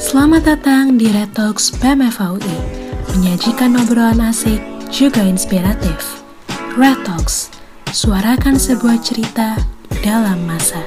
Selamat datang di Red Talks BEM FAUI, menyajikan obrolan asik juga inspiratif. Red Talks, suarakan sebuah cerita dalam masa.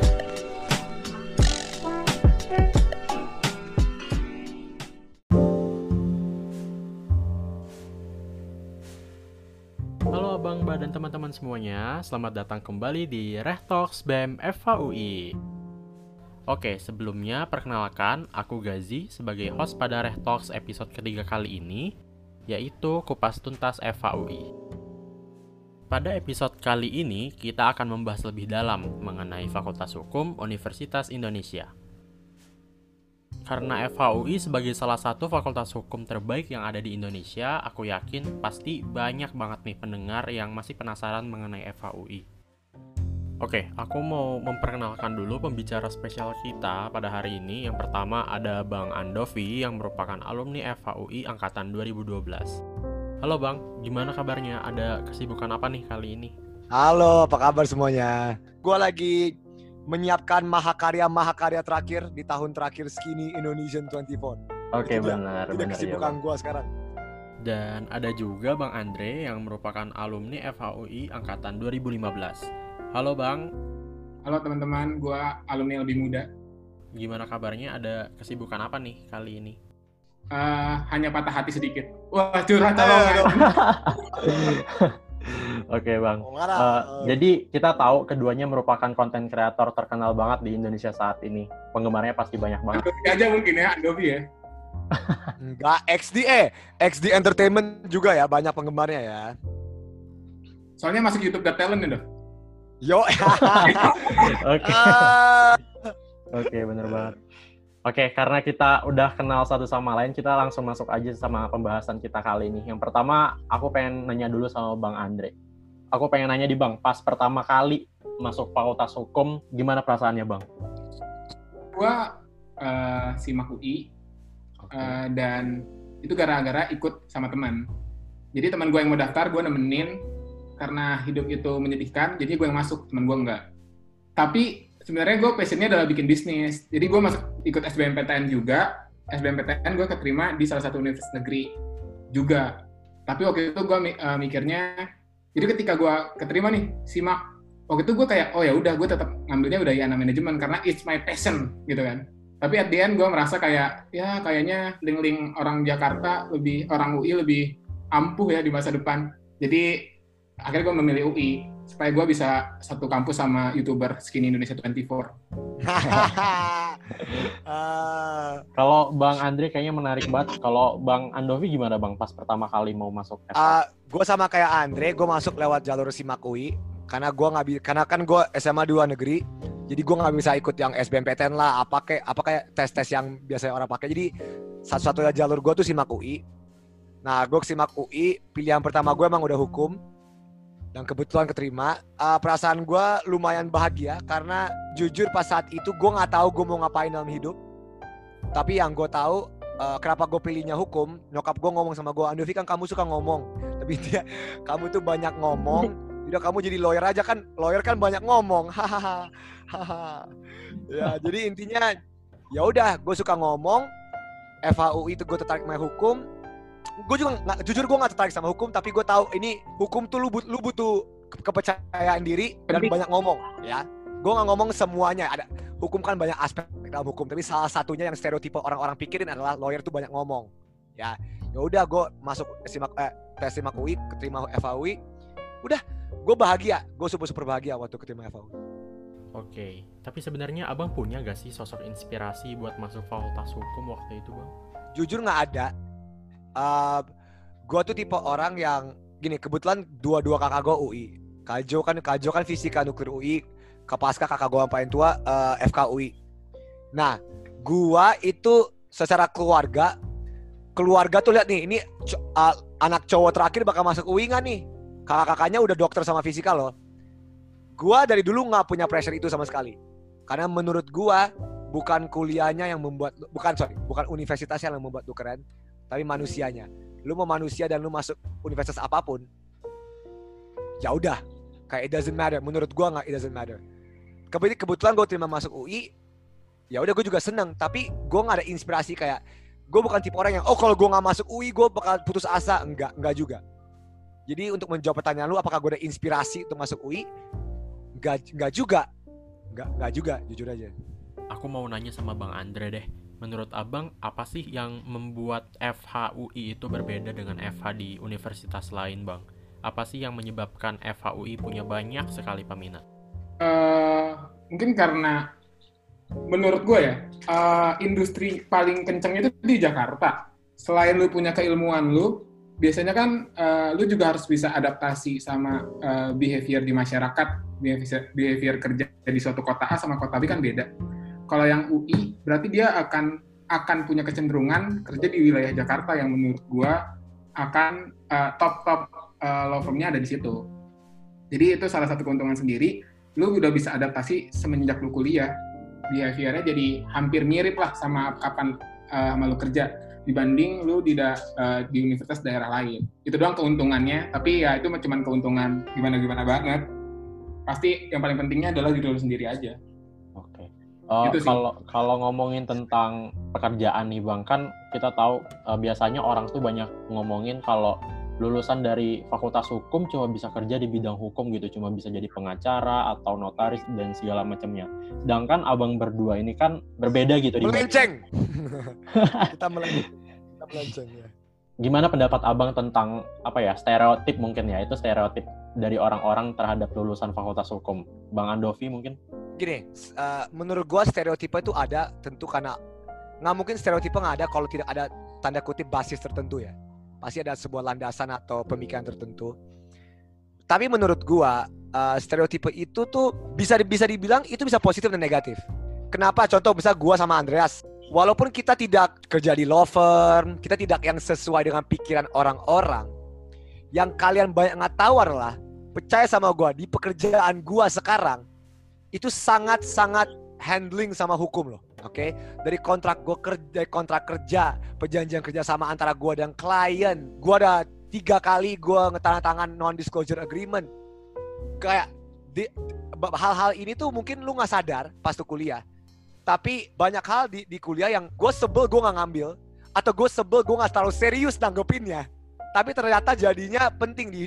Halo Abang Ba dan teman-teman semuanya, selamat datang kembali di Red Talks BEM FAUI. Oke, sebelumnya perkenalkan, aku Gazi sebagai host pada Red Talks episode ketiga kali ini, yaitu Kupas Tuntas FAUI. Pada episode kali ini, kita akan membahas lebih dalam mengenai Fakultas Hukum Universitas Indonesia. Karena FAUI sebagai salah satu fakultas hukum terbaik yang ada di Indonesia, aku yakin pasti banyak banget nih pendengar yang masih penasaran mengenai FAUI. Oke, aku mau memperkenalkan dulu pembicara spesial kita pada hari ini. Yang pertama ada Bang Andovi yang merupakan alumni FAUI Angkatan 2012. Halo Bang, gimana kabarnya? Ada kesibukan apa nih kali ini? Halo, apa kabar semuanya? Gua lagi menyiapkan mahakarya terakhir di tahun terakhir Skinny Indonesian 24. Oke, benar. Itu kesibukan gua sekarang. Dan ada juga Bang Andre yang merupakan alumni FAUI Angkatan 2015. Halo Bang. Halo teman-teman, gue alumni lebih muda. Gimana kabarnya? Ada kesibukan apa nih kali ini? Hanya patah hati sedikit. Wah, curhat Oke Bang. Jadi kita tahu keduanya merupakan konten kreator terkenal banget di Indonesia saat ini. Penggemarnya pasti banyak banget. Andovi aja mungkin ya, Andovi ya. Enggak, XD Entertainment juga ya, banyak penggemarnya ya. Soalnya masuk YouTube Got Talent ya, Dok. Yo. Oke, bener banget. Oke, karena kita udah kenal satu sama lain, kita langsung masuk aja sama pembahasan kita kali ini. Yang pertama, aku pengen nanya dulu sama Bang Andre. Aku pengen nanya di Bang, pas pertama kali masuk Fakultas Hukum, gimana perasaannya Bang? Gua simak UI, dan itu gara-gara ikut sama teman. Jadi teman gue yang mau daftar, gue nemenin. Karena hidup itu menyedihkan, jadi gue yang masuk, teman gue enggak. Tapi sebenarnya gue passionnya adalah bikin bisnis. Jadi gue masuk ikut SBMPTN juga. SBMPTN gue keterima di salah satu universitas negeri juga. Tapi waktu itu gue mikirnya, jadi ketika gue keterima nih, simak. Waktu itu gue kayak, oh ya udah, gue tetap ngambilnya Udayana Manajemen karena it's my passion gitu kan. Tapi at the end gue merasa kayak, ya kayaknya link orang Jakarta orang UI lebih ampuh ya di masa depan. Jadi akhirnya gue memilih UI supaya gue bisa satu kampus sama YouTuber Skinny Indonesia 24. Kalau Bang Andre kayaknya menarik banget. Kalau Bang Andovi gimana Bang pas pertama kali mau masuk FA? Gue sama kayak Andre, gue masuk lewat jalur simak UI karena kan gue SMA 2 negeri. Jadi gue nggak bisa ikut yang SBMPTN lah, apa kayak tes yang biasanya orang pakai. Jadi satu-satunya jalur gue tuh simak UI. Nah, gue simak UI, pilihan pertama gue emang udah hukum. Dan kebetulan keterima. Perasaan gue lumayan bahagia karena jujur pas saat itu gue nggak tahu gue mau ngapain dalam hidup. Tapi yang gue tahu kenapa gue pilihnya hukum, nyokap gue ngomong sama gue, Andovi kan kamu suka ngomong, tapi kamu tuh banyak ngomong, udah kamu jadi lawyer aja kan, lawyer kan banyak ngomong, hahaha. Ya jadi intinya ya udah gue suka ngomong, FAUI itu gue tertarik main hukum. Gue juga jujur gue nggak tertarik sama hukum, tapi gue tahu ini hukum tuh lu butuh kepercayaan diri dan banyak ngomong ya. Gue nggak ngomong semuanya, ada hukum kan banyak aspek dalam hukum, tapi salah satunya yang stereotipe orang-orang pikirin adalah lawyer tuh banyak ngomong ya. Ya udah gue masuk tes simak UI, keterima FAUI, udah gue bahagia, gue super bahagia waktu keterima FAUI. Oke, tapi sebenarnya abang punya gak sih sosok inspirasi buat masuk Fakultas Hukum waktu itu Bang? Jujur nggak ada. Gue tuh tipe orang yang gini, kebetulan dua kakak gue UI. Kajo kan fisika nuklir UI, Kapaska kakak gue yang paling tua FK UI. Nah, gue itu secara keluarga tuh lihat nih, ini anak cowok terakhir bakal masuk UI nggak nih? Kakak-kakaknya udah dokter sama fisika loh. Gue dari dulu nggak punya pressure itu sama sekali. Karena menurut gue bukan kuliahnya yang membuat, bukan universitasnya yang membuat lu keren, tapi manusianya. Lu mau manusia dan lu masuk universitas apapun, ya udah, kayak it doesn't matter. Menurut gua nggak, it doesn't matter. Kebetulan gue terima masuk UI, ya udah gue juga seneng, tapi gue nggak ada inspirasi kayak gue bukan tipe orang yang kalau gue nggak masuk UI gue bakal putus asa. Enggak juga. Jadi untuk menjawab pertanyaan lu apakah gue ada inspirasi untuk masuk UI, enggak juga jujur aja. Aku mau nanya sama Bang Andre deh. Menurut Abang, apa sih yang membuat FHUI itu berbeda dengan FH di universitas lain, Bang? Apa sih yang menyebabkan FHUI punya banyak sekali peminat? Mungkin karena menurut gue ya, industri paling kenceng itu di Jakarta. Selain lu punya keilmuan lu, biasanya kan lu juga harus bisa adaptasi sama behavior di masyarakat, behavior kerja di suatu kota A sama kota B kan beda. Kalau yang UI, berarti dia akan punya kecenderungan kerja di wilayah Jakarta yang menurut gue akan top law firm-nya ada di situ. Jadi itu salah satu keuntungan sendiri. Lu udah bisa adaptasi semenjak lu kuliah. Behaviornya jadi hampir mirip lah sama kapan sama lu kerja dibanding lu di universitas daerah lain. Itu doang keuntungannya, tapi ya itu cuma keuntungan gimana banget. Pasti yang paling pentingnya adalah diri lu sendiri aja. Oke. Kalau ngomongin tentang pekerjaan nih Bang, kan kita tahu biasanya orang tuh banyak ngomongin kalau lulusan dari fakultas hukum cuma bisa kerja di bidang hukum gitu, cuma bisa jadi pengacara atau notaris dan segala macamnya. Sedangkan abang berdua ini kan berbeda gitu. Melenceng. Kita melenceng ya. Gimana pendapat abang tentang stereotip mungkin ya, itu stereotip dari orang-orang terhadap lulusan fakultas hukum? Bang Andovi mungkin? Gini, menurut gua stereotipe itu ada tentu karena nggak mungkin stereotipe nggak ada kalau tidak ada tanda kutip basis tertentu ya. Pasti ada sebuah landasan atau pemikiran tertentu. Tapi menurut gua stereotipe itu tuh bisa dibilang itu bisa positif dan negatif. Kenapa? Contoh misal gua sama Andreas, walaupun kita tidak kerja di law firm, kita tidak yang sesuai dengan pikiran orang-orang, yang kalian banyak nggak tahu adalah, percaya sama gua, di pekerjaan gua sekarang itu sangat-sangat handling sama hukum loh. Oke, dari kontrak kerja, perjanjian kerja sama antara gue dan klien, gue ada 3 kali gue ngetandatangan non-disclosure agreement. Kayak hal-hal ini tuh mungkin lu nggak sadar pas tuh kuliah, tapi banyak hal di kuliah yang gue sebel gue nggak ngambil, atau gue sebel gue nggak terlalu serius nanggepinnya, tapi ternyata jadinya penting di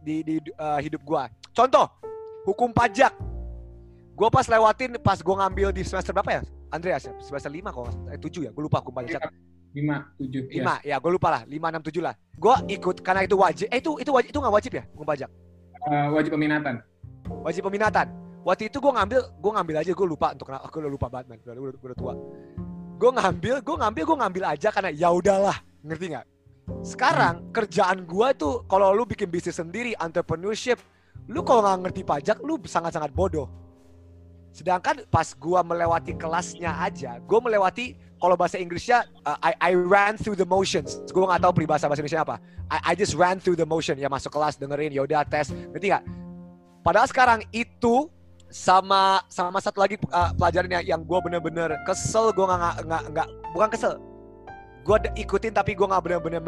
hidup gue. Contoh, hukum pajak. Gue pas gue ngambil di semester berapa ya? Andreas ya, semester 5 kok, 7 ya, gue lupa hukum pajak. 5, 7. 5, ya gue lupa lah, 5, 6, 7 lah. Gue ikut karena itu wajib. Itu nggak wajib ya, hukum pajak? Wajib peminatan. Wajib peminatan. Waktu itu gue ngambil aja, gue lupa aku udah lupa banget, man. Gue udah tua. Gue ngambil aja karena ya udahlah, ngerti nggak? Sekarang kerjaan gue tuh kalau lu bikin bisnis sendiri, entrepreneurship, lu kalau nggak ngerti pajak, lu sangat-sangat bodoh. Sedangkan pas gue melewati kelasnya aja, gue melewati, kalau bahasa Inggrisnya, I ran through the motions. Gue nggak tahu peribahasa bahasa Indonesia apa. I just ran through the motion. Ya masuk kelas, dengerin, yaudah tes, ngerti nggak? Padahal sekarang itu sama satu lagi pelajaran yang gue bener-bener kesel, gue bukan kesel, gue ikutin tapi gue nggak bener-bener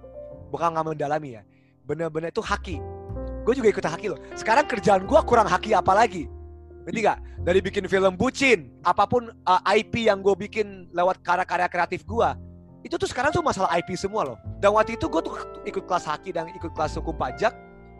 mendalami ya, bener-bener itu haki. Gue juga ikut haki loh. Sekarang kerjaan gue kurang haki apa lagi? Ngerti gak? Dari bikin film bucin, apapun IP yang gue bikin lewat karya-karya kreatif gue, itu tuh sekarang tuh masalah IP semua loh. Dan waktu itu gue tuh ikut kelas haki dan ikut kelas hukum pajak,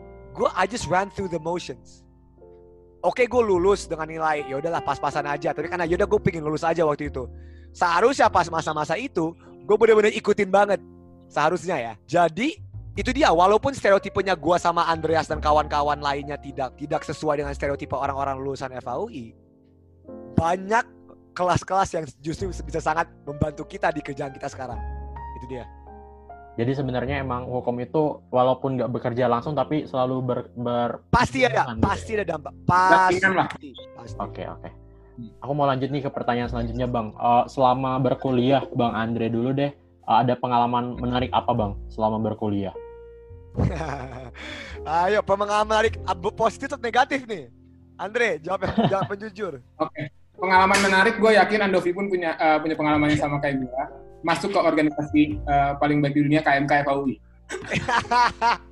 I just ran through the motions. Oke, gue lulus dengan nilai, ya udahlah pas-pasan aja. Tapi karena yaudah gue pengen lulus aja waktu itu. Seharusnya pas masa-masa itu, gue bener-bener ikutin banget. Seharusnya ya. Jadi itu dia, walaupun stereotipenya gue sama Andreas dan kawan-kawan lainnya tidak sesuai dengan stereotipe orang-orang lulusan FHUI, banyak kelas-kelas yang justru bisa sangat membantu kita di kerjaan kita sekarang. Itu dia. Jadi sebenarnya emang hukum itu walaupun nggak bekerja langsung tapi selalu pasti ada dampak. Pasti. Oke. Aku mau lanjut nih ke pertanyaan selanjutnya, Bang. Selama berkuliah, Bang Andre dulu deh. Ada pengalaman menarik apa, Bang, selama berkuliah? Ayo, pengalaman menarik positif atau negatif nih? Andre, jawab jujur. Oke. Pengalaman menarik, gue yakin Andovi pun punya pengalaman yang sama kayak gue. Masuk ke organisasi paling baik di dunia, KMK FHUI.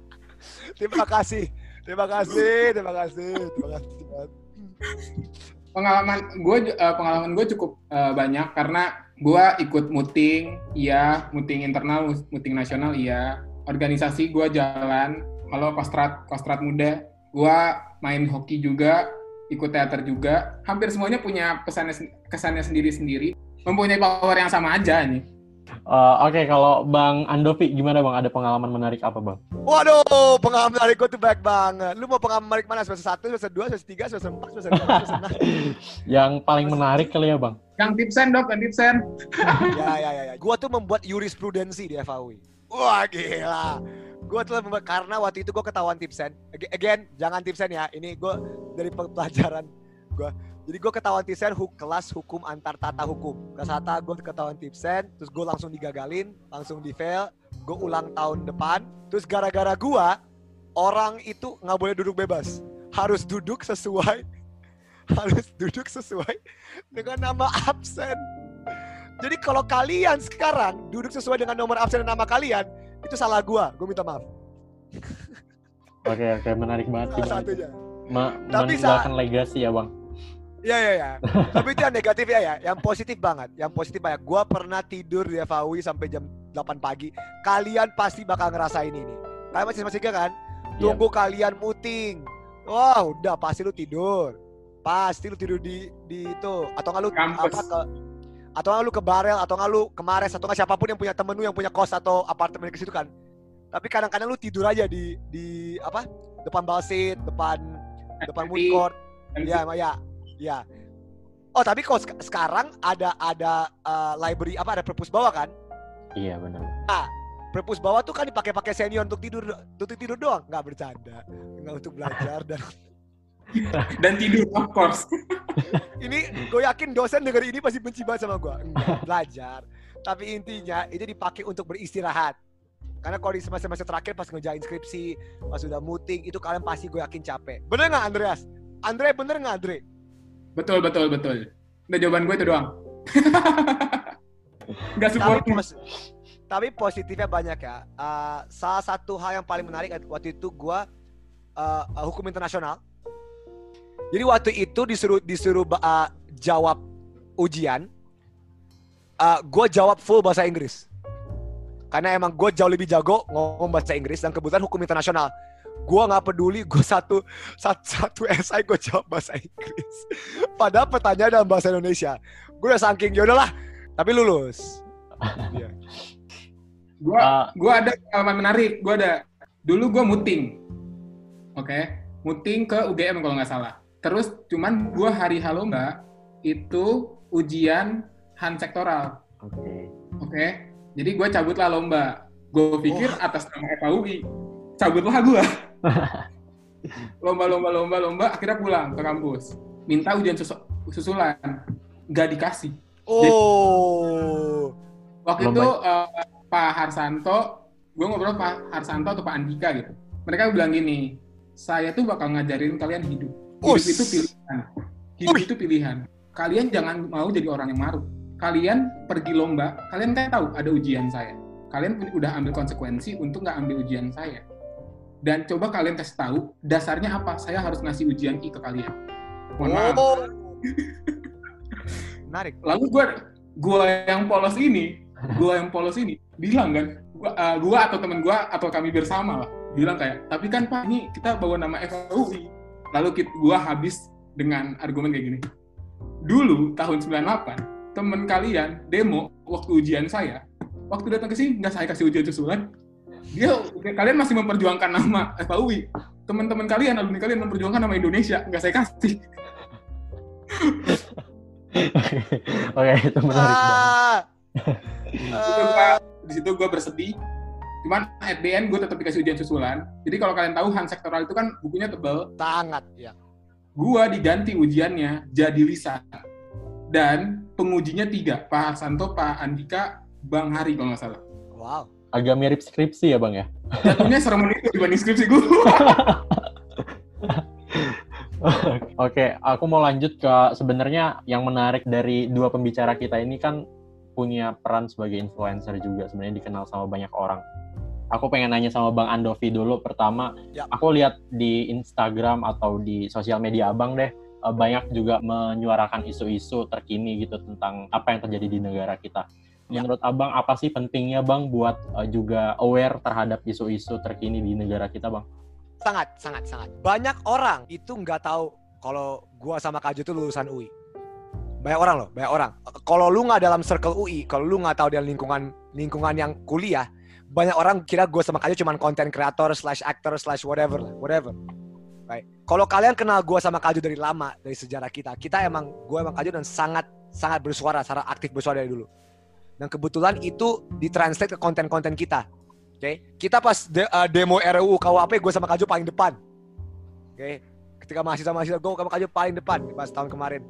Terima kasih. pengalaman gue cukup banyak karena gue ikut muting, iya, muting internal, muting nasional, iya. Organisasi gue jalan, kalau kostrat muda, gue main hoki juga, ikut teater juga. Hampir semuanya punya kesannya sendiri-sendiri, mempunyai power yang sama aja nih. Oke, kalau Bang Andovi gimana Bang? Ada pengalaman menarik apa Bang? Waduh, pengalaman menarik gue tuh banyak banget. Lu mau pengalaman menarik mana? Semester 1, semester 2, semester 3, semester 4, semester 5, semester 6? Yang paling menarik kali ya Bang? Yang tipsen dok, yang tipsen. Ya. Gue tuh membuat jurisprudensi di FAUI. Wah gila. Gue tuh membuat, karena waktu itu gue ketahuan tipsen. Again, jangan tipsen ya. Ini gue dari pelajaran gue. Jadi gue ketahuan tipsen kelas hukum antar tata hukum. Kelas tata gue ketahuan tipsen, terus gue langsung digagalin, langsung di fail. Gue ulang tahun depan. Terus gara-gara gue, orang itu nggak boleh duduk bebas. Harus duduk sesuai dengan nama absen. Jadi kalau kalian sekarang duduk sesuai dengan nomor absen dan nama kalian, itu salah gue minta maaf. Oke, menarik banget sih. Salah satunya. Meninggalkan legasi ya Bang. Iya. Tapi itu yang negatif ya. Yang positif banget. Gue pernah tidur di FAUI sampai jam 8 pagi. Kalian pasti bakal ngerasain ini. Kalian masih kan? Tunggu kalian muting. Wah, udah pasti lu tidur. di itu. Atau nggak lu atau nggak lu ke Barel, atau nggak lu ke Mares, atau nggak siapapun yang punya temen lu yang punya kos atau apartemen ke situ kan. Tapi kadang-kadang lu tidur aja di depan balsit, depan food court. Ya. Oh, tapi kok sekarang ada library ada perpus bawah kan? Iya, benar. Nah, perpus bawah tuh kan dipakai senior untuk tidur doang, nggak bercanda. Nggak untuk belajar dan tidur of course. Ini gue yakin dosen denger ini pasti benci banget sama gue. Enggak, belajar. Tapi intinya itu dipakai untuk beristirahat. Karena kalau di semester terakhir pas ngerjain skripsi, pas sudah muting, itu kalian pasti gue yakin capek. Bener nggak Andreas? Bener nggak Andre? Betul. Udah jawaban gue itu doang. Nggak support. Tapi positifnya banyak ya. Salah satu hal yang paling menarik waktu itu gue hukum internasional. Jadi waktu itu disuruh jawab ujian. Gue jawab full bahasa Inggris. Karena emang gue jauh lebih jago ngomong bahasa Inggris, dan kebetulan hukum internasional. Gue nggak peduli, gue satu esai gue jawab bahasa Inggris. Padahal pertanyaan dalam bahasa Indonesia. Gue udah saking yaudahlah, tapi lulus. Yeah. Gue ada pengalaman menarik. Dulu gue muting, muting ke UGM kalau nggak salah. Terus cuman gue hari lomba itu ujian Han sektoral. Oke. Jadi gue cabutlah lomba. Gue pikir atas nama FAUI, cabutlah gue. Lomba, akhirnya pulang ke kampus. Minta ujian susulan, nggak dikasih. Waktu itu Pak Harsanto, gue ngobrol Pak Harsanto atau Pak Andika gitu. Mereka bilang gini, saya tuh bakal ngajarin kalian hidup. Hidup itu pilihan. Itu pilihan. Kalian jangan mau jadi orang yang maruk. Kalian pergi lomba, kalian kan tahu ada ujian saya. Kalian udah ambil konsekuensi untuk nggak ambil ujian saya. Dan coba kalian kasih tahu dasarnya apa. Saya harus ngasih ujian I ke kalian. Mohon maaf. Menarik. Lalu gue yang polos ini bilang kan, gue atau temen gue atau kami bersama lah bilang kayak, tapi kan Pak ini kita bawa nama FAUI. Lalu gue habis dengan argumen kayak gini. Dulu tahun 98 temen kalian demo waktu ujian saya, waktu datang ke sini nggak saya kasih ujian susulan. Kalian masih memperjuangkan nama FAUI. Teman-teman kalian, alumni kalian memperjuangkan nama Indonesia, nggak saya kasih. Oke, itu menarik banget. Di situ gue bersedih. Cuman at the end gue tetap dikasih ujian susulan. Jadi kalau kalian tahu Han sektoral itu kan bukunya tebal. Sangat, ya. Gue diganti ujiannya jadi lisan. Dan pengujinya 3, Pak Harsanto, Pak Andika, Bang Hari kalau nggak salah. Wow. Agak mirip skripsi ya Bang ya? Jatuhnya serem itu dibanding skripsi gue. Oke, aku mau lanjut ke sebenarnya yang menarik dari dua pembicara kita ini kan punya peran sebagai influencer juga, sebenarnya dikenal sama banyak orang. Aku pengen nanya sama Bang Andovi dulu. Pertama, aku lihat di Instagram atau di sosial media Abang deh, banyak juga menyuarakan isu-isu terkini gitu tentang apa yang terjadi di negara kita. Menurut Abang, apa sih pentingnya Bang buat juga aware terhadap isu-isu terkini di negara kita, Bang? Sangat. Banyak orang itu nggak tahu kalau gua sama Kak Jo itu lulusan UI. Banyak orang. Kalau lu nggak dalam circle UI, kalau lu nggak tahu dalam lingkungan yang kuliah, banyak orang kira gua sama Kak Jo cuma content creator / actor / whatever. Right. Kalau kalian kenal gua sama Kak Jo dari lama, dari sejarah kita gua emang Kak Jo dan sangat bersuara, secara aktif bersuara dari dulu. Dan kebetulan itu ditranslate ke konten-konten kita. Oke, kita pas demo RUU KUHP, gue sama Kak Jo paling depan. Oke, ketika mahasiswa gue sama Kak Jo paling depan pas tahun kemarin.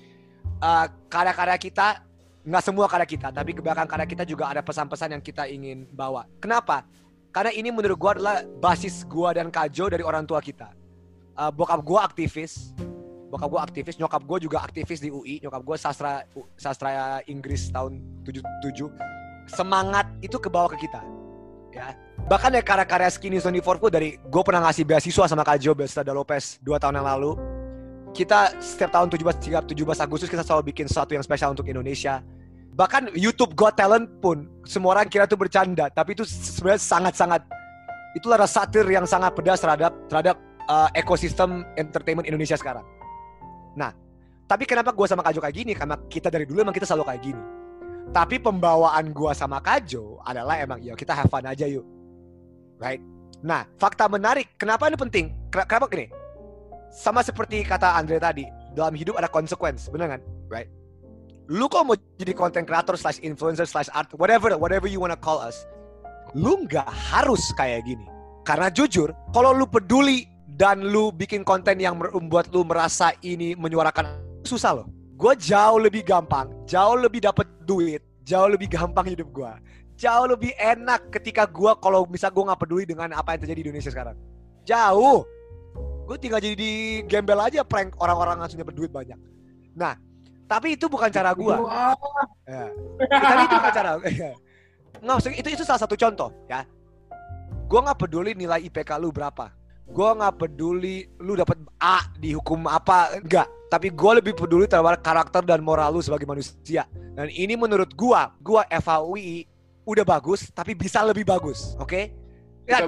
Karya-karya kita, nggak semua karya kita, tapi kebanyakan karya kita juga ada pesan-pesan yang kita ingin bawa. Kenapa? Karena ini menurut gue adalah basis gue dan Kak Jo dari orang tua kita. Bokap gue aktivis, nyokap gue juga aktivis di UI. Nyokap gue sastra Inggris tahun 77. Semangat itu kebawa ke kita. Ya. Bahkan ya karya-karya Skinny 24 dari gue pernah ngasih beasiswa sama Kak Jo Belstrada Lopez 2 tahun yang lalu. Kita setiap tahun 17 Agustus kita selalu bikin sesuatu yang spesial untuk Indonesia. Bahkan YouTube Got Talent pun semua orang kira itu bercanda, tapi itu sebenarnya sangat itulah satir yang sangat pedas terhadap ekosistem entertainment Indonesia sekarang. Nah, tapi kenapa gue sama Kak Jo kayak gini? Karena kita dari dulu emang kita selalu kayak gini. Tapi pembawaan gua sama Kak Jo adalah emang ya kita have fun aja yuk. Right? Nah, fakta menarik. Kenapa ini penting? Kenapa gini? Sama seperti kata Andre tadi, dalam hidup ada konsekuensi, bener kan? Right? Lu kok mau jadi content creator / influencer / art, whatever you wanna call us, lu nggak harus kayak gini. Karena jujur, kalau lu peduli dan lu bikin konten yang membuat lu merasa ini menyuarakan, susah loh. Gue jauh lebih gampang, jauh lebih dapat duit, jauh lebih gampang hidup gue, jauh lebih enak ketika gue kalau misal gue nggak peduli dengan apa yang terjadi di Indonesia sekarang. Jauh, gue tinggal jadi di gembel aja prank orang-orang langsung dapat duit banyak. Nah, tapi itu bukan cara gue. Ya. Tapi itu bukan cara. Nggak, maksudnya itu salah satu contoh ya. Gue nggak peduli nilai IPK lu berapa. Gue nggak peduli lu dapat A di hukum apa, enggak. Tapi gue lebih peduli terhadap karakter dan moral lu sebagai manusia. Dan ini menurut gue FHUI udah bagus, tapi bisa lebih bagus, oke? Ya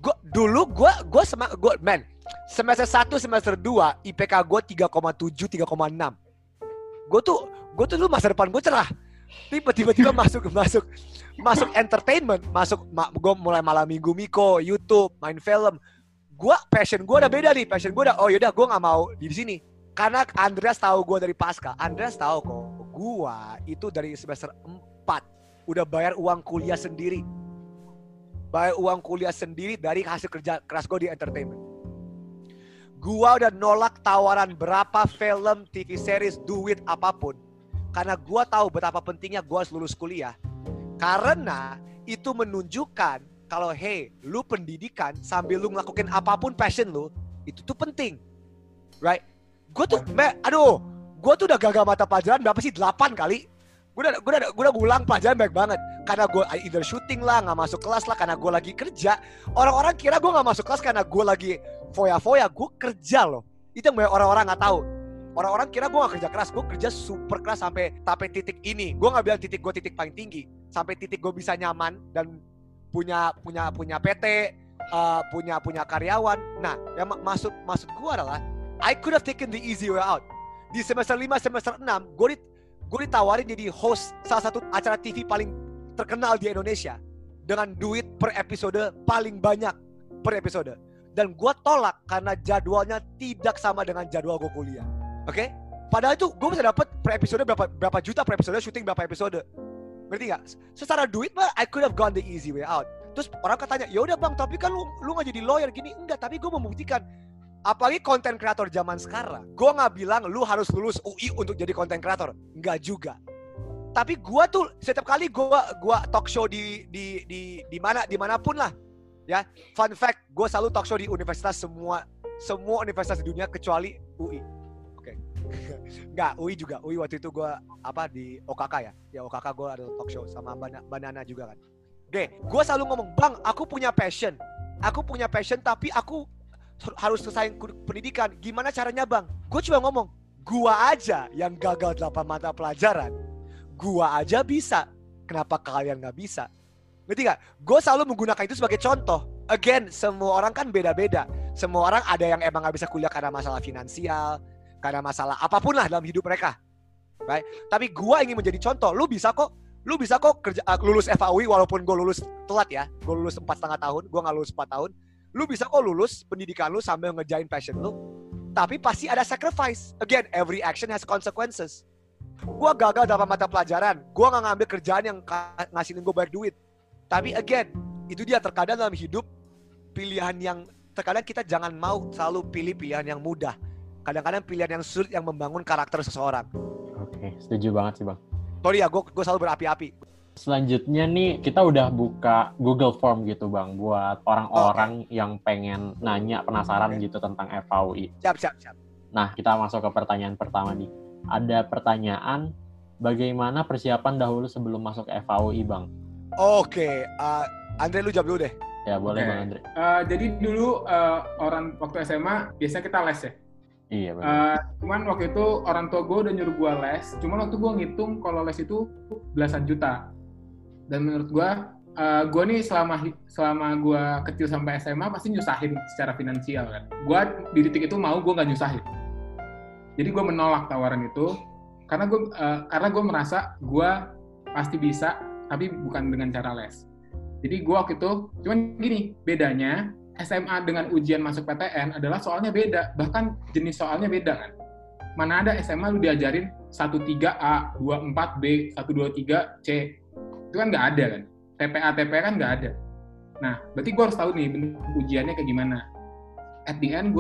gue semester 1 semester 2 IPK gue 3,7 3,6. Gue tuh dulu masa depan gue cerah. Tiba-tiba masuk entertainment, gue mulai malam minggu Miko, YouTube, main film. Passion gue udah beda nih, yaudah gue nggak mau di sini. Karena Andreas tahu gue dari Pasca. Andreas tahu kok gue itu dari semester 4 udah bayar uang kuliah sendiri. Dari hasil kerja keras gue di entertainment. Gue udah nolak tawaran berapa film, TV series, duit apapun. Karena gue tahu betapa pentingnya gue harus lulus kuliah. Karena itu menunjukkan kalau hey, lu pendidikan sambil lu ngelakuin apapun passion lu, itu tuh penting. Right? Gue tuh udah gagal mata pelajaran berapa sih? 8 kali. Gue udah ngulang pelajaran baik banget. Karena gue either syuting lah, gak masuk kelas lah, karena gue lagi kerja. Orang-orang kira gue gak masuk kelas karena gue lagi foya-foya. Gue kerja loh. Itu yang banyak orang-orang gak tahu. Orang-orang kira gue gak kerja keras. Gue kerja super keras sampai titik ini. Gue gak bilang titik gue titik paling tinggi. Sampai titik gue bisa nyaman dan punya PT, punya karyawan. Nah, yang maksud gue adalah I could have taken the easy way out. Di semester 5, semester 6, gue ditawarin jadi host salah satu acara TV paling terkenal di Indonesia dengan duit per episode paling banyak per episode. Dan gue tolak karena jadwalnya tidak sama dengan jadwal gue kuliah. Oke? Padahal itu gue bisa dapat per episode berapa juta per episode, syuting berapa episode. Ngerti gak? Secara duit mah I could have gone the easy way out. Terus orang katanya, ya udah bang, tapi kan lu gak jadi lawyer gini. Enggak, tapi gue membuktikan. Apalagi konten kreator zaman sekarang. Gue gak bilang lu harus lulus UI untuk jadi konten kreator. Enggak juga. Tapi gue tuh setiap kali gue talk show di dimanapun lah. Ya, fun fact, gue selalu talk show di universitas semua universitas di dunia kecuali UI. Oke. Enggak, UI juga. UI waktu itu gue di OKK ya. Ya OKK gue ada talk show sama Banana juga kan. Oke, gue selalu ngomong, "Bang, aku punya passion tapi aku harus selesai pendidikan. Gimana caranya, Bang?" Gue cuma ngomong, Gua aja yang gagal 8 mata pelajaran, gua aja bisa. Kenapa kalian nggak bisa? Ngerti nggak? Gue selalu menggunakan itu sebagai contoh. Again, semua orang kan beda-beda. Semua orang ada yang emang nggak bisa kuliah karena masalah finansial, karena masalah apapun lah dalam hidup mereka. Right? Tapi gue ingin menjadi contoh. Lu bisa kok kerja, lulus FAUI walaupun gue lulus telat ya. Gue lulus 4,5 tahun, gue nggak lulus 4 tahun. Lu bisa kok lulus pendidikan lu sambil ngerjain passion lu. Tapi pasti ada sacrifice. Again, every action has consequences. Gue gagal dalam mata pelajaran. Gue nggak ngambil kerjaan yang ngasihin gue banyak duit. Tapi again, itu dia terkadang dalam hidup pilihan yang terkadang kita jangan mau selalu pilih pilihan yang mudah. Kadang-kadang pilihan yang sulit yang membangun karakter seseorang. Oke, setuju banget sih Bang. Sorry ya, gue selalu berapi-api. Selanjutnya nih, kita udah buka Google Form gitu Bang, buat orang-orang yang pengen nanya, penasaran gitu tentang FAUI. Siap. Nah, kita masuk ke pertanyaan pertama nih. Ada pertanyaan, bagaimana persiapan dahulu sebelum masuk FAUI Bang? Oke, Andre lu jawab dulu deh. Ya boleh Bang Andre. Jadi dulu orang waktu SMA biasanya kita les ya. Iya benar. Cuman waktu itu orang tua gue udah nyuruh gue les. Cuman waktu gue ngitung kalau les itu belasan juta. Dan menurut gue nih selama gue kecil sampai SMA pasti nyusahin secara finansial kan. Gue di titik itu mau gue nggak nyusahin. Jadi gue menolak tawaran itu karena gue merasa gue pasti bisa, tapi bukan dengan cara les. Jadi gue waktu itu, cuman gini, bedanya SMA dengan ujian masuk PTN adalah soalnya beda, bahkan jenis soalnya beda kan. Mana ada SMA lu diajarin 13A, 24B, 123C, itu kan nggak ada kan. TPA kan nggak ada. Nah, berarti gue harus tahu nih bentuk ujiannya kayak gimana. At the end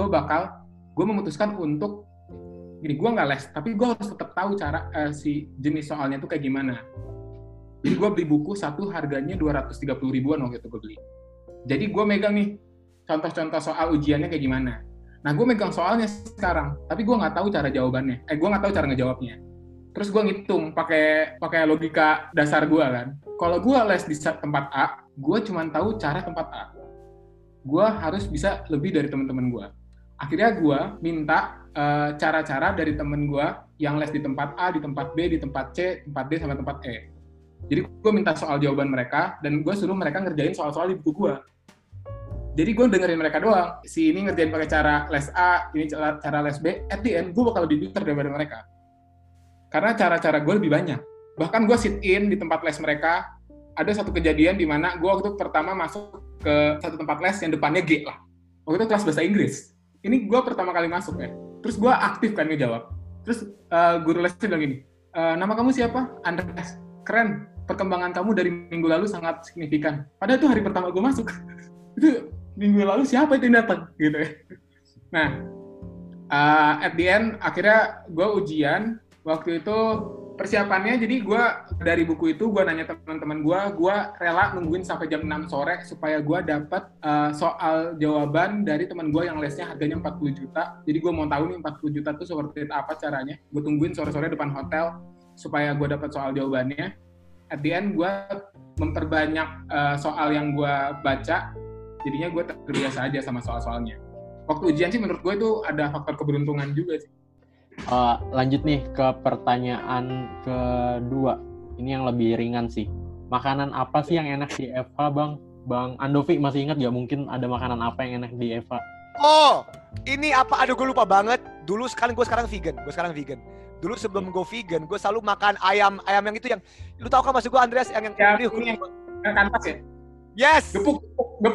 gue memutuskan untuk, gini, gue nggak les, tapi gue harus tetap tahu cara si jenis soalnya itu kayak gimana. Jadi gue beli buku satu harganya 230 ribuan waktu itu gue beli. Jadi gue megang nih contoh-contoh soal ujiannya kayak gimana. Nah gue megang soalnya sekarang, tapi gue nggak tahu cara jawabannya. Gue nggak tahu cara ngejawabnya. Terus gue ngitung pakai logika dasar gue kan. Kalau gue les di tempat A, gue cuma tahu cara tempat A. Gue harus bisa lebih dari teman-teman gue. Akhirnya gue minta cara-cara dari temen gue yang les di tempat A, di tempat B, di tempat C, tempat D, sampai tempat E. Jadi gue minta soal jawaban mereka, dan gue suruh mereka ngerjain soal-soal di buku gue. Jadi gue dengerin mereka doang. Si ini ngerjain pakai cara les A, ini cara les B. At the end, gue bakal lebih pintar daripada mereka. Karena cara-cara gue lebih banyak. Bahkan gue sit-in di tempat les mereka. Ada satu kejadian di mana gue waktu pertama masuk ke satu tempat les yang depannya G lah. Waktu itu kelas bahasa Inggris. Ini gue pertama kali masuk ya. Terus gue aktif kan ngejawab. Terus guru lesnya bilang gini, nama kamu siapa? Andreas. Keren. Perkembangan kamu dari minggu lalu sangat signifikan. Padahal itu hari pertama gue masuk. Itu minggu lalu siapa itu yang datang? Gitu ya. Nah, at the end, akhirnya gue ujian. Waktu itu persiapannya, jadi gue dari buku itu, gue nanya teman-teman gue rela nungguin sampai jam 6 sore supaya gue dapat soal jawaban dari teman gue yang lesnya harganya 40 juta. Jadi gue mau tahu nih 40 juta itu seperti apa caranya. Gue tungguin sore-sore depan hotel supaya gue dapat soal jawabannya. At the end, gue memperbanyak soal yang gue baca, jadinya gue terbiasa aja sama soal-soalnya. Waktu ujian sih menurut gue itu ada faktor keberuntungan juga sih. Lanjut nih ke pertanyaan kedua. Ini yang lebih ringan sih. Makanan apa sih yang enak di Eva, Bang? Bang Andovi masih ingat gak mungkin ada makanan apa yang enak di Eva? Oh, ini apa? Aduh, gue lupa banget. Dulu gue sekarang vegan. Dulu sebelum gue vegan, gue selalu makan ayam yang itu yang, lu tahu kan maksud gue Andreas yang ini kantas ya? Yes. Gepuk.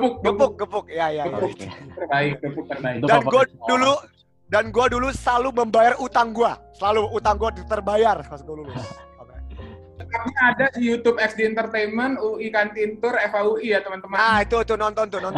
Ya. Gepuk terbaik. Dan gue dulu selalu membayar utang gue. Selalu utang gue terbayar pas gue lulus. Tapi ada di YouTube XD Entertainment, UI Kantin Tour, FAUI ya teman-teman. Nah itu nonton tuh.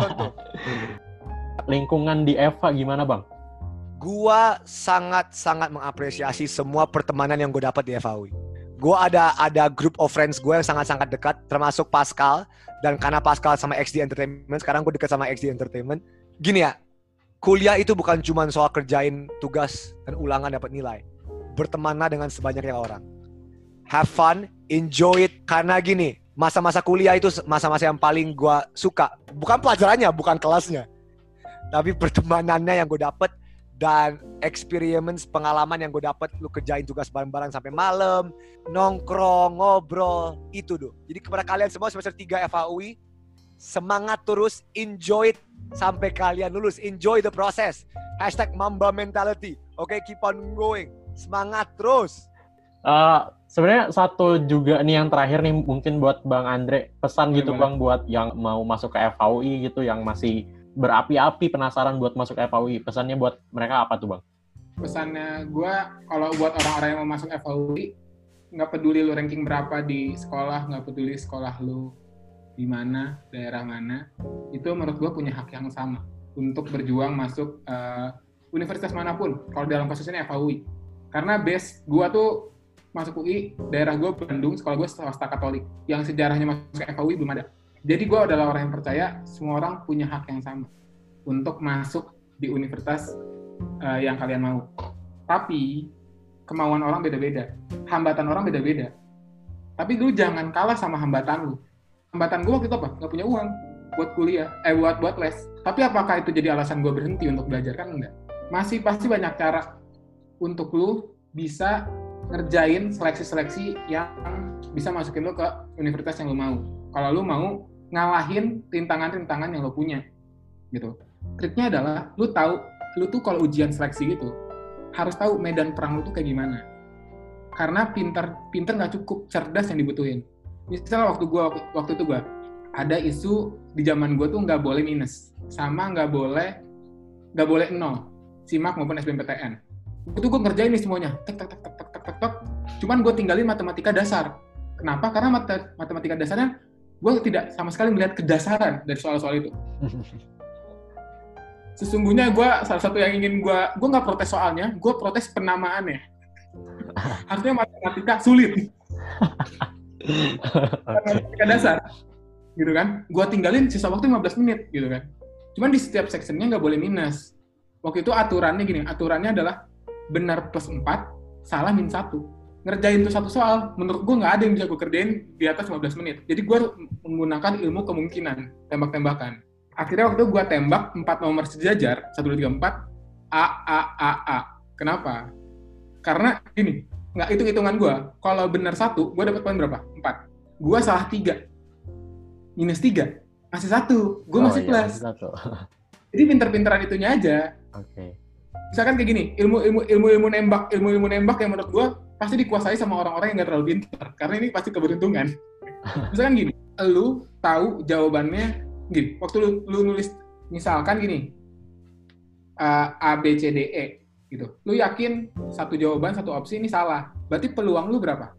Lingkungan di Eva gimana Bang? Gua sangat mengapresiasi semua pertemanan yang gue dapat di FAUI. Gue ada group of friends gue yang sangat dekat, termasuk Pascal. Dan karena Pascal sama XD Entertainment, sekarang gue dekat sama XD Entertainment. Gini ya, kuliah itu bukan cuma soal kerjain tugas dan ulangan dapat nilai. Bertemanlah dengan sebanyaknya orang. Have fun, enjoy it. Karena gini, masa-masa kuliah itu masa-masa yang paling gue suka. Bukan pelajarannya, bukan kelasnya, tapi pertemanannya yang gue dapat. dan experience pengalaman yang gue dapet, lu kerjain tugas bareng-bareng sampai malam, nongkrong, ngobrol, itu tuh. Jadi kepada kalian semua semester 3 FHUI, semangat terus, enjoy it sampai kalian lulus, enjoy the process. #Mamba mentality. Oke, keep on going. Semangat terus. Sebenarnya satu juga nih yang terakhir nih mungkin buat Bang Andre, pesan gitu Bang buat yang mau masuk ke FHUI gitu, yang masih berapi-api penasaran buat masuk FHUI, pesannya buat mereka apa tuh Bang? Pesannya gue, kalau buat orang-orang yang mau masuk FHUI, nggak peduli lu ranking berapa di sekolah, nggak peduli sekolah lu di mana, daerah mana, itu menurut gue punya hak yang sama untuk berjuang masuk universitas manapun, kalau dalam kasus ini FHUI. Karena base gue tuh masuk UI, daerah gue Bandung, sekolah gue swasta Katolik, yang sejarahnya masuk FHUI belum ada. Jadi gue adalah orang yang percaya semua orang punya hak yang sama untuk masuk di universitas yang kalian mau. Tapi kemauan orang beda-beda, hambatan orang beda-beda. Tapi lu jangan kalah sama hambatan lu. Hambatan gue waktu itu apa? Gak punya uang buat kuliah, buat les. Tapi apakah itu jadi alasan gue berhenti untuk belajar? Kan enggak. Masih pasti banyak cara untuk lu bisa ngerjain seleksi-seleksi yang bisa masukin lu ke universitas yang lu mau. Kalau lu mau ngalahin rintangan-rintangan yang lu punya, gitu. Triknya adalah lu tuh kalau ujian seleksi gitu harus tahu medan perang lu tuh kayak gimana. Karena pinter nggak cukup, cerdas yang dibutuhin. Misalnya waktu itu gua ada isu di zaman gua tuh nggak boleh minus, sama nggak boleh 0, SIMAK maupun SBMPTN. Itu gua ngerjain nih semuanya, tek. Cuman gua tinggalin matematika dasar. Kenapa? Karena matematika dasarnya gue tidak sama sekali melihat kedasaran dari soal-soal itu. Sesungguhnya gue salah satu yang ingin gue nggak protes soalnya, gue protes penamaannya. Harusnya matematika sulit. Matematika dasar, gitu kan? Gue tinggalin sisa waktu 15 menit, gitu kan? Cuman di setiap sectionnya nggak boleh minus. Waktu itu aturannya adalah benar plus 4, salah min 1. Ngerjain tuh satu soal, menurut gue nggak ada yang bisa gue kerjain di atas 15 menit. Jadi gue menggunakan ilmu kemungkinan, tembak-tembakan. Akhirnya waktu itu gue tembak 4 nomor sejajar, 1, 2, 3, 4, A. Kenapa? Karena gini, nggak hitung-hitungan gue. Kalau benar 1, gue dapat poin berapa? 4. Gue salah 3. Minus 3. Masih 1. Gue masih plus. Jadi pinter-pinteran itunya aja. Oke. Misalkan kayak gini, ilmu nembak yang menurut gue pasti dikuasai sama orang-orang yang nggak terlalu pintar, karena ini pasti keberuntungan. Misalkan gini, lu tahu jawabannya gini, waktu lu nulis misalkan gini, A, B, C, D, E, gitu. Lu yakin satu jawaban, satu opsi ini salah, berarti peluang lu berapa?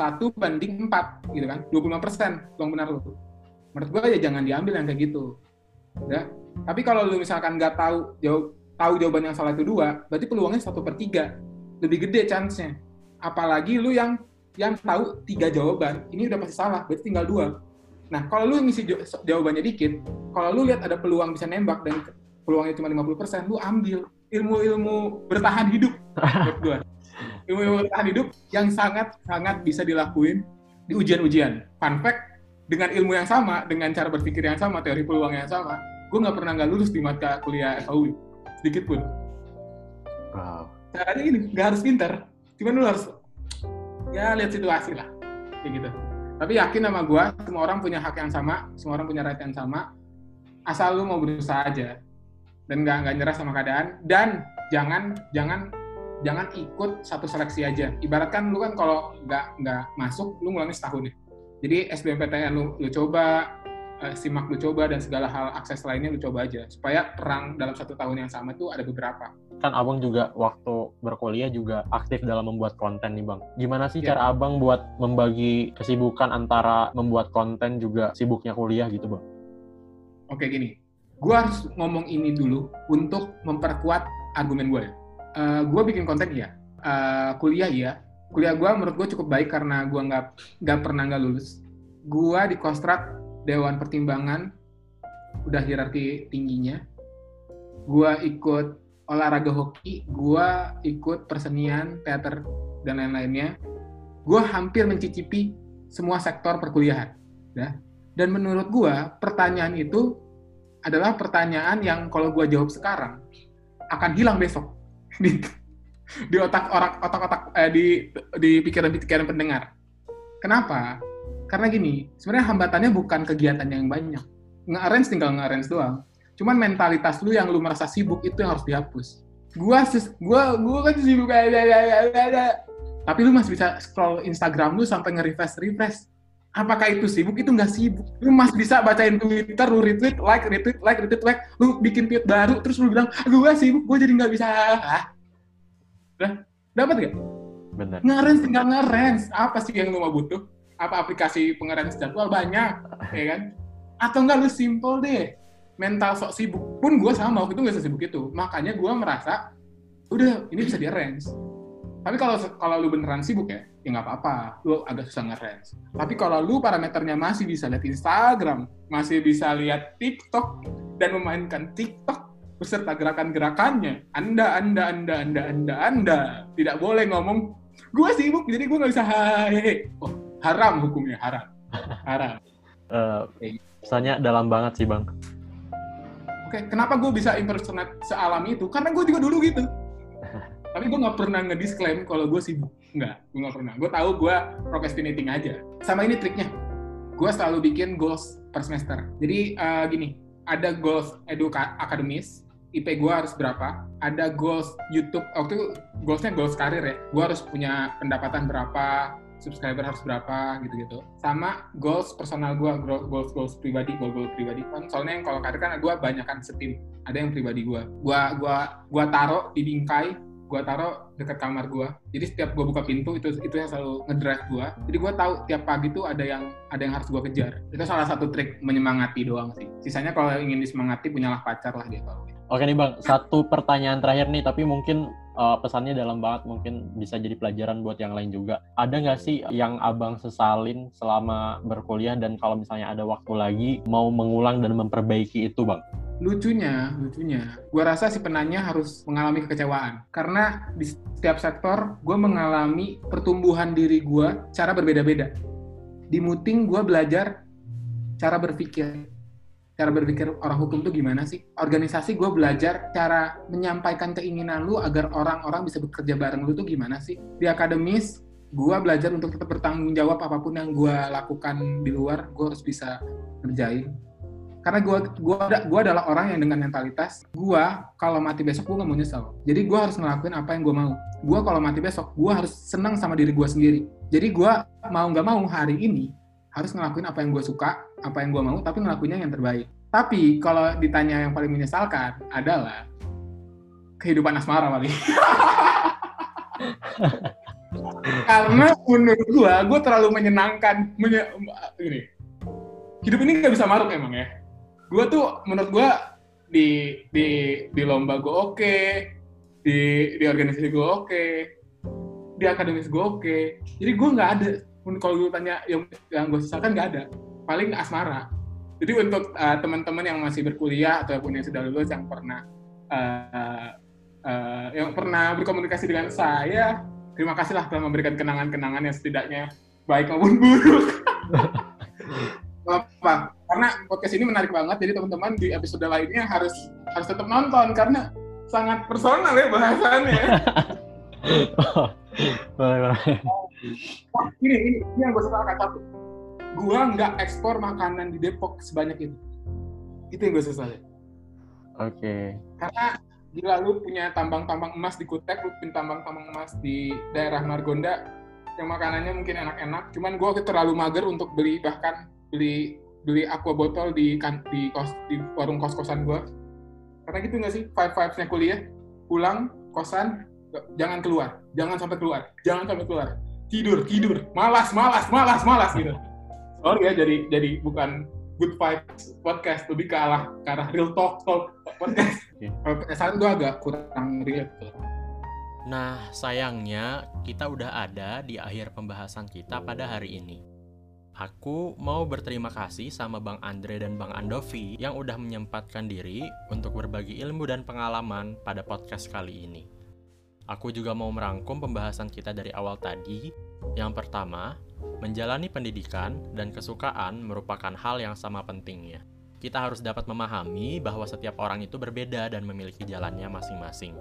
1/4, gitu kan? 25% peluang benar lu. Menurut gue ya jangan diambil yang kayak gitu. Ya. Tapi kalau lu misalkan nggak tahu jawaban yang salah itu 2, berarti peluangnya 1/3. Lebih gede chance-nya. Apalagi lu yang tahu 3 jawaban, ini udah pasti salah, berarti tinggal 2. Nah, kalau lu ngisi jawabannya dikit, kalau lu lihat ada peluang bisa nembak dan peluangnya cuma 50%, lu ambil ilmu bertahan hidup buat gua. Ilmu bertahan hidup yang sangat bisa dilakuin di ujian-ujian. Fun fact, dengan ilmu yang sama, dengan cara berpikir yang sama, teori peluang yang sama, gua nggak pernah nggak lulus di mata kuliah FHUI, sedikit pun. Wow. Caranya ini, nggak harus pintar. Cuman lu harus ya lihat situasi lah, kayak gitu. Tapi yakin sama gue, semua orang punya hak yang sama, semua orang punya right yang sama, asal lu mau berusaha aja dan nggak nyerah sama keadaan. Dan jangan ikut satu seleksi aja. Ibaratkan lu kan kalau nggak masuk, lu ngulangin setahun nih. Jadi SBMPTN lu coba, SIMAK lu coba, dan segala hal akses lainnya lu coba aja supaya perang dalam 1 tahun yang sama itu ada beberapa. Kan Abang juga waktu berkuliah juga aktif dalam membuat konten nih Bang. Gimana sih cara Abang buat membagi kesibukan antara membuat konten juga sibuknya kuliah gitu Bang? Oke gini, gue harus ngomong ini dulu untuk memperkuat argumen gue. Gue bikin konten iya, kuliah iya. Kuliah gue menurut gue cukup baik karena gue nggak pernah nggak lulus. Gue di Kostrad Dewan Pertimbangan, udah hierarki tingginya. Gue ikut olahraga hoki, gue ikut persenian, teater, dan lain-lainnya. Gue hampir mencicipi semua sektor perkuliahan. Ya. Dan menurut gue, pertanyaan itu adalah pertanyaan yang kalau gue jawab sekarang, akan hilang besok. di di pikiran pendengar. Kenapa? Karena gini, sebenarnya hambatannya bukan kegiatannya yang banyak. Nge-arrange tinggal nge-arrange doang. Cuman mentalitas lu yang lu merasa sibuk itu yang harus dihapus. Gua kan sibuk tapi lu masih bisa scroll Instagram lu sampai nge-refresh. Apakah itu sibuk? Itu nggak sibuk. Lu masih bisa bacain Twitter, lu retweet, like, lu bikin tweet baru, terus lu bilang, gua sibuk, gua jadi nggak bisa. Dapat nggak? Benar. Nge-arrange tinggal nge-arrange. Apa sih yang lu mau butuh? Apa aplikasi pengarrange jadwal? Banyak, ya kan? Atau enggak lu simple deh. Mental sok sibuk. Pun gue sama, waktu itu nggak sesibuk itu. Makanya gue merasa, udah, ini bisa di-arrange. Tapi kalau lu beneran sibuk ya nggak apa-apa. Lu agak susah nge-arrange. Tapi kalau lu parameternya masih bisa lihat Instagram, masih bisa lihat TikTok, dan memainkan TikTok beserta gerakan-gerakannya, Anda tidak boleh ngomong, gue sibuk, jadi gue nggak bisa Oh, haram hukumnya, haram. Pesannya dalam banget sih, Bang. Oke, kenapa gue bisa impersonate sealami itu? Karena gue juga dulu gitu. Tapi gue nggak pernah nge-disclaim kalau gue sibuk. Gue nggak pernah. Gue tahu gue procrastinating aja. Sama ini triknya. Gue selalu bikin goals per semester. Jadi gini, ada goals akademis, IP gue harus berapa, ada goals YouTube, waktu itu goalsnya goals karir ya, gue harus punya pendapatan berapa, subscriber harus berapa, gitu-gitu. Sama goals personal gue, goals pribadi, goal pribadi. Kan soalnya yang kalau karir kan gue banyakan setim, ada yang pribadi gue. Gue taruh di bingkai, gue taruh dekat kamar gue. Jadi setiap gue buka pintu itu yang selalu ngedrive gue. Jadi gue tahu tiap pagi tuh ada yang harus gue kejar. Itu salah satu trik menyemangati doang sih. Sisanya kalau ingin disemangati punyalah pacar lah dia kalau. Oke nih Bang, satu pertanyaan terakhir nih, tapi mungkin pesannya dalam banget, mungkin bisa jadi pelajaran buat yang lain juga. Ada nggak sih yang Abang sesalin selama berkuliah, dan kalau misalnya ada waktu lagi mau mengulang dan memperbaiki itu, Bang? Lucunya, gue rasa si penanya harus mengalami kekecewaan. Karena di setiap sektor, gue mengalami pertumbuhan diri gue cara berbeda-beda. Di muting, gue belajar cara berpikir orang hukum tuh gimana sih? Organisasi gue belajar cara menyampaikan keinginan lu agar orang-orang bisa bekerja bareng lu tuh gimana sih? Di akademis, gue belajar untuk tetap bertanggung jawab apapun yang gue lakukan di luar, gue harus bisa ngerjain. Karena gue adalah orang yang dengan mentalitas, gue kalau mati besok gue gak mau nyesel. Jadi gue harus ngelakuin apa yang gue mau. Gue kalau mati besok, gue harus senang sama diri gue sendiri. Jadi gue mau gak mau hari ini, harus ngelakuin apa yang gue suka, apa yang gue mau, tapi ngelakuinnya yang terbaik. Tapi kalau ditanya yang paling menyesalkan adalah kehidupan asmara paling. Karena menurut gue terlalu menyenangkan. Gini, hidup ini nggak bisa maruk emang ya. Gue tuh menurut gue di lomba gue oke, di organisasi gue oke, di akademis gue oke. Jadi gue nggak ada. Kalau gue tanya yang gue sesalkan nggak ada. Paling asmara. Jadi untuk teman-teman yang masih berkuliah ataupun yang sudah lulus yang pernah berkomunikasi dengan saya, terima kasihlah telah memberikan kenangan-kenangan yang setidaknya baik maupun buruk. Apa? Karena podcast ini menarik banget, jadi teman-teman di episode lainnya harus tetap nonton karena sangat personal ya bahasannya. Ini yang gue sesalkan satu. Gue nggak ekspor makanan di Depok sebanyak itu. Itu yang gue sesalin. Oke. Karena gila lu punya tambang-tambang emas di Kutek, lu punya tambang-tambang emas di daerah Margonda, yang makanannya mungkin enak-enak. Cuman gue terlalu mager untuk beli aqua botol di warung kos-kosan gue. Karena gitu nggak sih, five-nya kuliah, pulang kosan, jangan sampai keluar. Tidur, malas gitu. Sorry ya, jadi bukan good vibes podcast, lebih ke arah real talk podcast. Perasaan gue agak kurang real. Nah, sayangnya kita udah ada di akhir pembahasan kita pada hari ini. Aku mau berterima kasih sama Bang Andre dan Bang Andovi yang udah menyempatkan diri untuk berbagi ilmu dan pengalaman pada podcast kali ini. Aku juga mau merangkum pembahasan kita dari awal tadi. Yang pertama, menjalani pendidikan dan kesukaan merupakan hal yang sama pentingnya. Kita harus dapat memahami bahwa setiap orang itu berbeda dan memiliki jalannya masing-masing.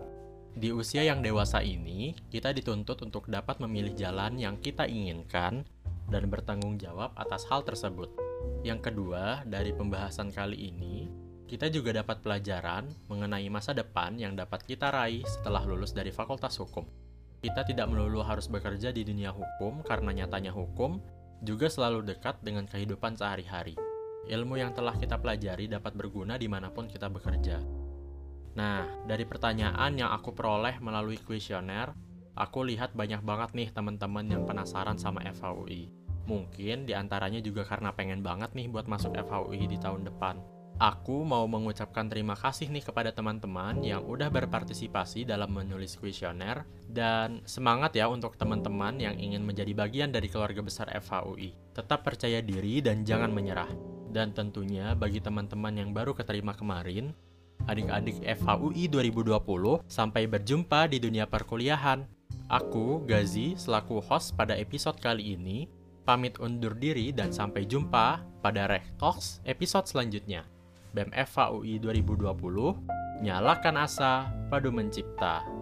Di usia yang dewasa ini, kita dituntut untuk dapat memilih jalan yang kita inginkan dan bertanggung jawab atas hal tersebut. Yang kedua, dari pembahasan kali ini, kita juga dapat pelajaran mengenai masa depan yang dapat kita raih setelah lulus dari Fakultas Hukum. Kita tidak melulu harus bekerja di dunia hukum karena nyatanya hukum juga selalu dekat dengan kehidupan sehari-hari. Ilmu yang telah kita pelajari dapat berguna dimanapun kita bekerja. Nah, dari pertanyaan yang aku peroleh melalui kuesioner, aku lihat banyak banget nih teman-teman yang penasaran sama FHUI. Mungkin diantaranya juga karena pengen banget nih buat masuk FHUI di tahun depan. Aku mau mengucapkan terima kasih nih kepada teman-teman yang udah berpartisipasi dalam menulis kuesioner, dan semangat ya untuk teman-teman yang ingin menjadi bagian dari keluarga besar FHUI. Tetap percaya diri dan jangan menyerah. Dan tentunya bagi teman-teman yang baru keterima kemarin, adik-adik FHUI 2020, sampai berjumpa di dunia perkuliahan. Aku, Gazi, selaku host pada episode kali ini, pamit undur diri dan sampai jumpa pada Rek Talks episode selanjutnya. BEM FHUI 2020, nyalakan asa, padu mencipta.